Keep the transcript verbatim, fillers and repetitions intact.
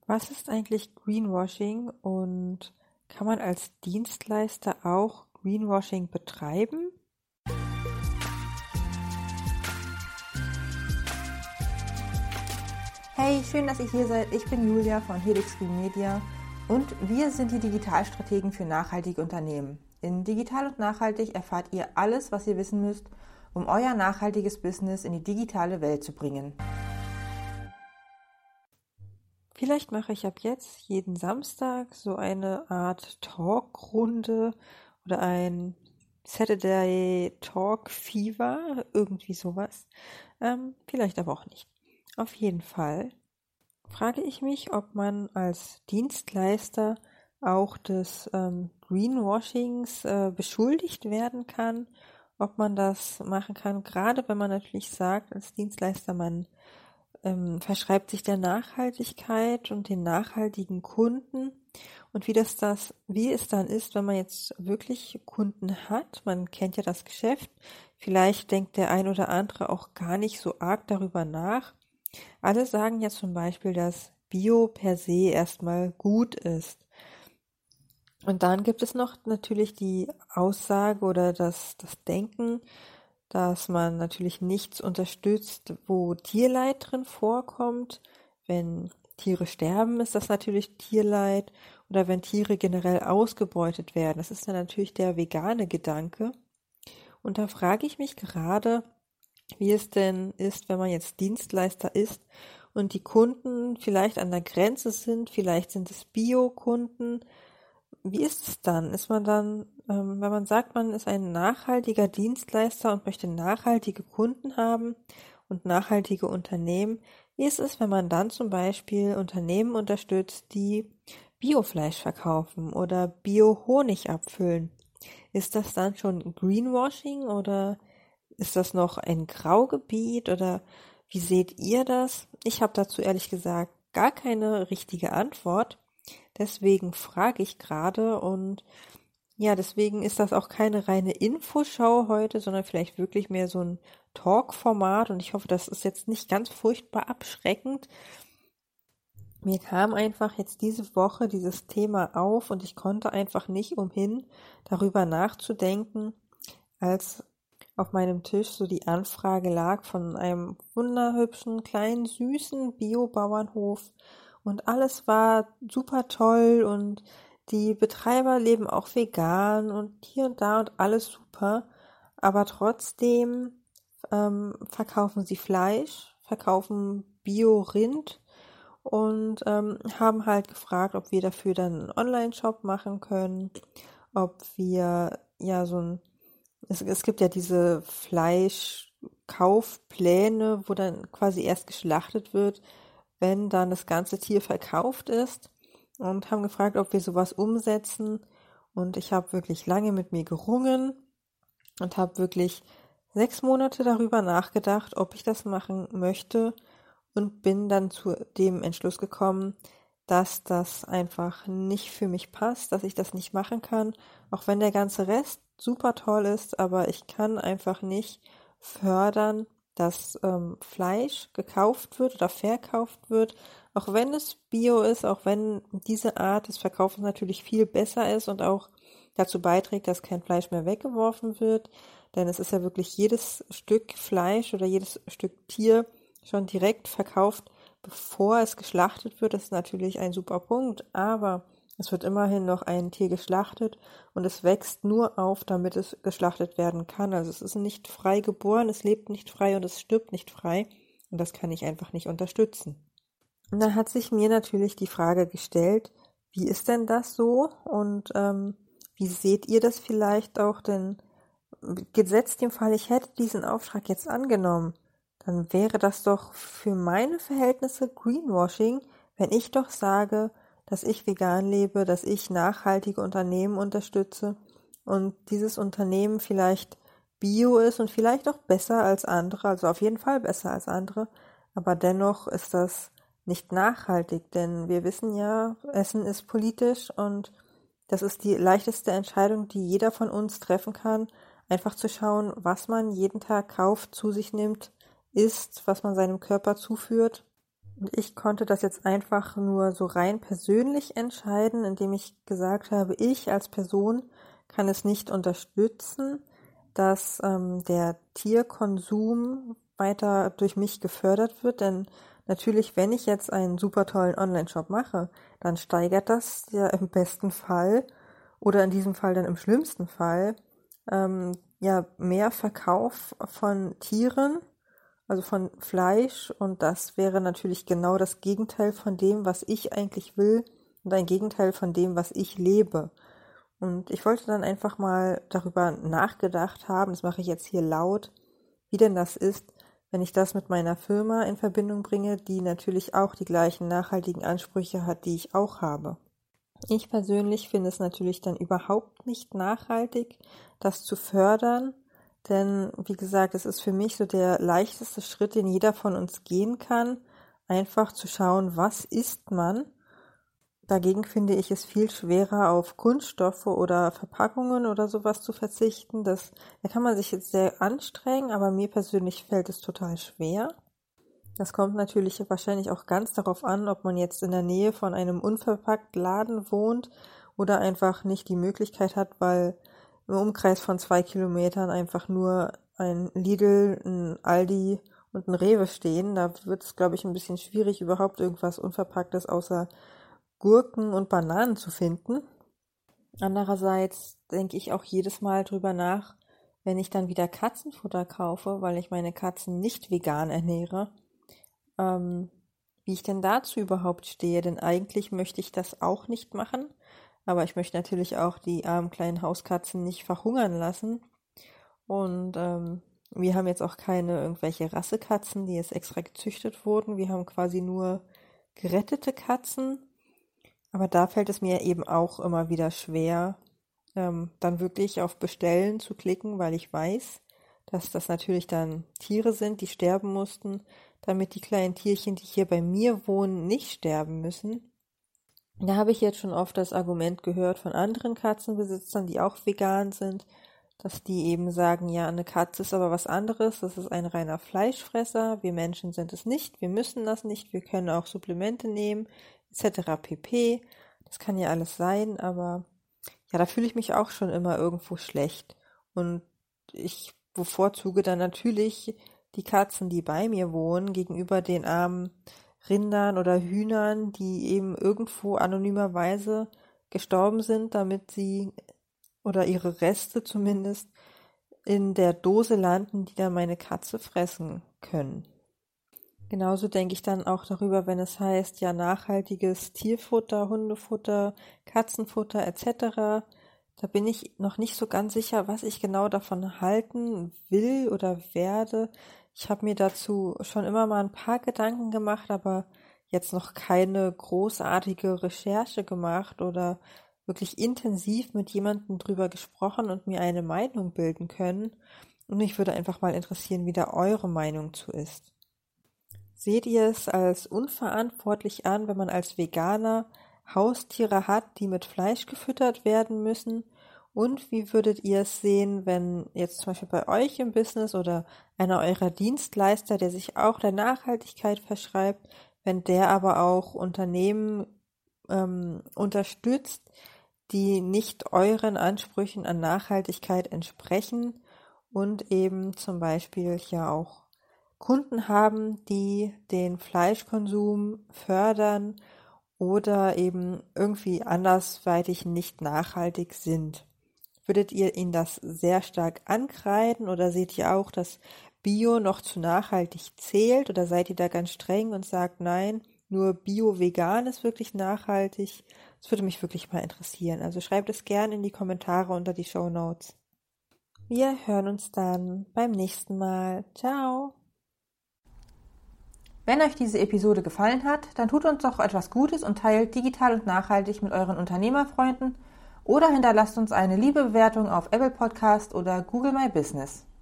Was ist eigentlich Greenwashing und kann man als Dienstleister auch Greenwashing betreiben? Hey, schön, dass ihr hier seid. Ich bin Julia von Helix Green Media und wir sind die Digitalstrategen für nachhaltige Unternehmen. In Digital und Nachhaltig erfahrt ihr alles, was ihr wissen müsst, um euer nachhaltiges Business in die digitale Welt zu bringen. Vielleicht mache ich ab jetzt jeden Samstag so eine Art Talkrunde oder ein Saturday Talk Fever, irgendwie sowas. Ähm, vielleicht aber auch nicht. Auf jeden Fall frage ich mich, ob man als Dienstleister auch des ähm, Greenwashings äh, beschuldigt werden kann, ob man das machen kann, gerade wenn man natürlich sagt, als Dienstleister, man ähm, verschreibt sich der Nachhaltigkeit und den nachhaltigen Kunden und wie das das, wie es dann ist, wenn man jetzt wirklich Kunden hat. Man kennt ja das Geschäft. Vielleicht denkt der ein oder andere auch gar nicht so arg darüber nach. Alle sagen ja zum Beispiel, dass Bio per se erstmal gut ist. Und dann gibt es noch natürlich die Aussage oder das, das Denken, dass man natürlich nichts unterstützt, wo Tierleid drin vorkommt. Wenn Tiere sterben, ist das natürlich Tierleid. Oder wenn Tiere generell ausgebeutet werden. Das ist dann natürlich der vegane Gedanke. Und da frage ich mich gerade, wie es denn ist, wenn man jetzt Dienstleister ist und die Kunden vielleicht an der Grenze sind, vielleicht sind es Bio-Kunden. Wie ist es dann? Ist man dann, ähm, wenn man sagt, man ist ein nachhaltiger Dienstleister und möchte nachhaltige Kunden haben und nachhaltige Unternehmen, wie ist es, wenn man dann zum Beispiel Unternehmen unterstützt, die Biofleisch verkaufen oder Bio-Honig abfüllen? Ist das dann schon Greenwashing oder ist das noch ein Graugebiet oder wie seht ihr das? Ich habe dazu ehrlich gesagt gar keine richtige Antwort. Deswegen frage ich gerade und ja, deswegen ist das auch keine reine Infoschau heute, sondern vielleicht wirklich mehr so ein Talk-Format und ich hoffe, das ist jetzt nicht ganz furchtbar abschreckend. Mir kam einfach jetzt diese Woche dieses Thema auf und ich konnte einfach nicht umhin, darüber nachzudenken, als auf meinem Tisch so die Anfrage lag von einem wunderhübschen, kleinen, süßen Bio-Bauernhof und alles war super toll und die Betreiber leben auch vegan und hier und da und alles super, aber trotzdem ähm, verkaufen sie Fleisch, verkaufen Bio-Rind und ähm, haben halt gefragt, ob wir dafür dann einen Online-Shop machen können, ob wir ja so ein es, es gibt ja diese Fleischkaufpläne, wo dann quasi erst geschlachtet wird, wenn dann das ganze Tier verkauft ist und haben gefragt, ob wir sowas umsetzen. Und ich habe wirklich lange mit mir gerungen und habe wirklich sechs Monate darüber nachgedacht, ob ich das machen möchte und bin dann zu dem Entschluss gekommen, dass das einfach nicht für mich passt, dass ich das nicht machen kann, auch wenn der ganze Rest super toll ist, aber ich kann einfach nicht fördern, dass ähm, Fleisch gekauft wird oder verkauft wird, auch wenn es Bio ist, auch wenn diese Art des Verkaufs natürlich viel besser ist und auch dazu beiträgt, dass kein Fleisch mehr weggeworfen wird, denn es ist ja wirklich jedes Stück Fleisch oder jedes Stück Tier schon direkt verkauft, bevor es geschlachtet wird. Das ist natürlich ein super Punkt, aber es wird immerhin noch ein Tier geschlachtet und es wächst nur auf, damit es geschlachtet werden kann. Also es ist nicht frei geboren, es lebt nicht frei und es stirbt nicht frei und das kann ich einfach nicht unterstützen. Und dann hat sich mir natürlich die Frage gestellt, wie ist denn das so und ähm, wie seht ihr das vielleicht auch, denn gesetzt dem Fall, ich hätte diesen Auftrag jetzt angenommen, dann wäre das doch für meine Verhältnisse Greenwashing, wenn ich doch sage, dass ich vegan lebe, dass ich nachhaltige Unternehmen unterstütze und dieses Unternehmen vielleicht bio ist und vielleicht auch besser als andere, also auf jeden Fall besser als andere, aber dennoch ist das nicht nachhaltig, denn wir wissen ja, Essen ist politisch und das ist die leichteste Entscheidung, die jeder von uns treffen kann, einfach zu schauen, was man jeden Tag kauft, zu sich nimmt, isst, was man seinem Körper zuführt. Und ich konnte das jetzt einfach nur so rein persönlich entscheiden, indem ich gesagt habe, ich als Person kann es nicht unterstützen, dass ähm, der Tierkonsum weiter durch mich gefördert wird, denn natürlich, wenn ich jetzt einen super tollen Online-Shop mache, dann steigert das ja im besten Fall oder in diesem Fall dann im schlimmsten Fall ähm, ja mehr Verkauf von Tieren, also von Fleisch, und das wäre natürlich genau das Gegenteil von dem, was ich eigentlich will und ein Gegenteil von dem, was ich lebe. Und ich wollte dann einfach mal darüber nachgedacht haben, das mache ich jetzt hier laut, wie denn das ist, wenn ich das mit meiner Firma in Verbindung bringe, die natürlich auch die gleichen nachhaltigen Ansprüche hat, die ich auch habe. Ich persönlich finde es natürlich dann überhaupt nicht nachhaltig, das zu fördern, denn wie gesagt, es ist für mich so der leichteste Schritt, den jeder von uns gehen kann, einfach zu schauen, was isst man. Dagegen finde ich es viel schwerer, auf Kunststoffe oder Verpackungen oder sowas zu verzichten. Das, da kann man sich jetzt sehr anstrengen, aber mir persönlich fällt es total schwer. Das kommt natürlich wahrscheinlich auch ganz darauf an, ob man jetzt in der Nähe von einem unverpackt Laden wohnt oder einfach nicht die Möglichkeit hat, weil im Umkreis von zwei Kilometern einfach nur ein Lidl, ein Aldi und ein Rewe stehen. Da wird es, glaube ich, ein bisschen schwierig, überhaupt irgendwas Unverpacktes außer Gurken und Bananen zu finden. Andererseits denke ich auch jedes Mal drüber nach, wenn ich dann wieder Katzenfutter kaufe, weil ich meine Katzen nicht vegan ernähre, ähm, wie ich denn dazu überhaupt stehe. Denn eigentlich möchte ich das auch nicht machen, aber ich möchte natürlich auch die armen kleinen Hauskatzen nicht verhungern lassen. Und ähm, wir haben jetzt auch keine irgendwelche Rassekatzen, die jetzt extra gezüchtet wurden. Wir haben quasi nur gerettete Katzen. Aber da fällt es mir eben auch immer wieder schwer, ähm, dann wirklich auf Bestellen zu klicken, weil ich weiß, dass das natürlich dann Tiere sind, die sterben mussten, damit die kleinen Tierchen, die hier bei mir wohnen, nicht sterben müssen. Da habe ich jetzt schon oft das Argument gehört von anderen Katzenbesitzern, die auch vegan sind, dass die eben sagen, ja, eine Katze ist aber was anderes, das ist ein reiner Fleischfresser, wir Menschen sind es nicht, wir müssen das nicht, wir können auch Supplemente nehmen, et cetera pp. Das kann ja alles sein, aber ja, da fühle ich mich auch schon immer irgendwo schlecht. Und ich bevorzuge dann natürlich die Katzen, die bei mir wohnen, gegenüber den armen Rindern oder Hühnern, die eben irgendwo anonymerweise gestorben sind, damit sie oder ihre Reste zumindest in der Dose landen, die dann meine Katze fressen können. Genauso denke ich dann auch darüber, wenn es heißt, ja, nachhaltiges Tierfutter, Hundefutter, Katzenfutter et cetera. Da bin ich noch nicht so ganz sicher, was ich genau davon halten will oder werde. Ich habe mir dazu schon immer mal ein paar Gedanken gemacht, aber jetzt noch keine großartige Recherche gemacht oder wirklich intensiv mit jemandem drüber gesprochen und mir eine Meinung bilden können. Und mich würde einfach mal interessieren, wie da eure Meinung zu ist. Seht ihr es als unverantwortlich an, wenn man als Veganer Haustiere hat, die mit Fleisch gefüttert werden müssen? Und wie würdet ihr es sehen, wenn jetzt zum Beispiel bei euch im Business oder einer eurer Dienstleister, der sich auch der Nachhaltigkeit verschreibt, wenn der aber auch Unternehmen ähm, unterstützt, die nicht euren Ansprüchen an Nachhaltigkeit entsprechen und eben zum Beispiel ja auch Kunden haben, die den Fleischkonsum fördern oder eben irgendwie andersweitig nicht nachhaltig sind. Würdet ihr ihnen das sehr stark ankreiden oder seht ihr auch, dass Bio noch zu nachhaltig zählt oder seid ihr da ganz streng und sagt, nein, nur Bio-Vegan ist wirklich nachhaltig? Das würde mich wirklich mal interessieren. Also schreibt es gerne in die Kommentare unter die Shownotes. Wir hören uns dann beim nächsten Mal. Ciao! Wenn euch diese Episode gefallen hat, dann tut uns doch etwas Gutes und teilt digital und nachhaltig mit euren Unternehmerfreunden oder hinterlasst uns eine liebe Bewertung auf Apple Podcast oder Google My Business.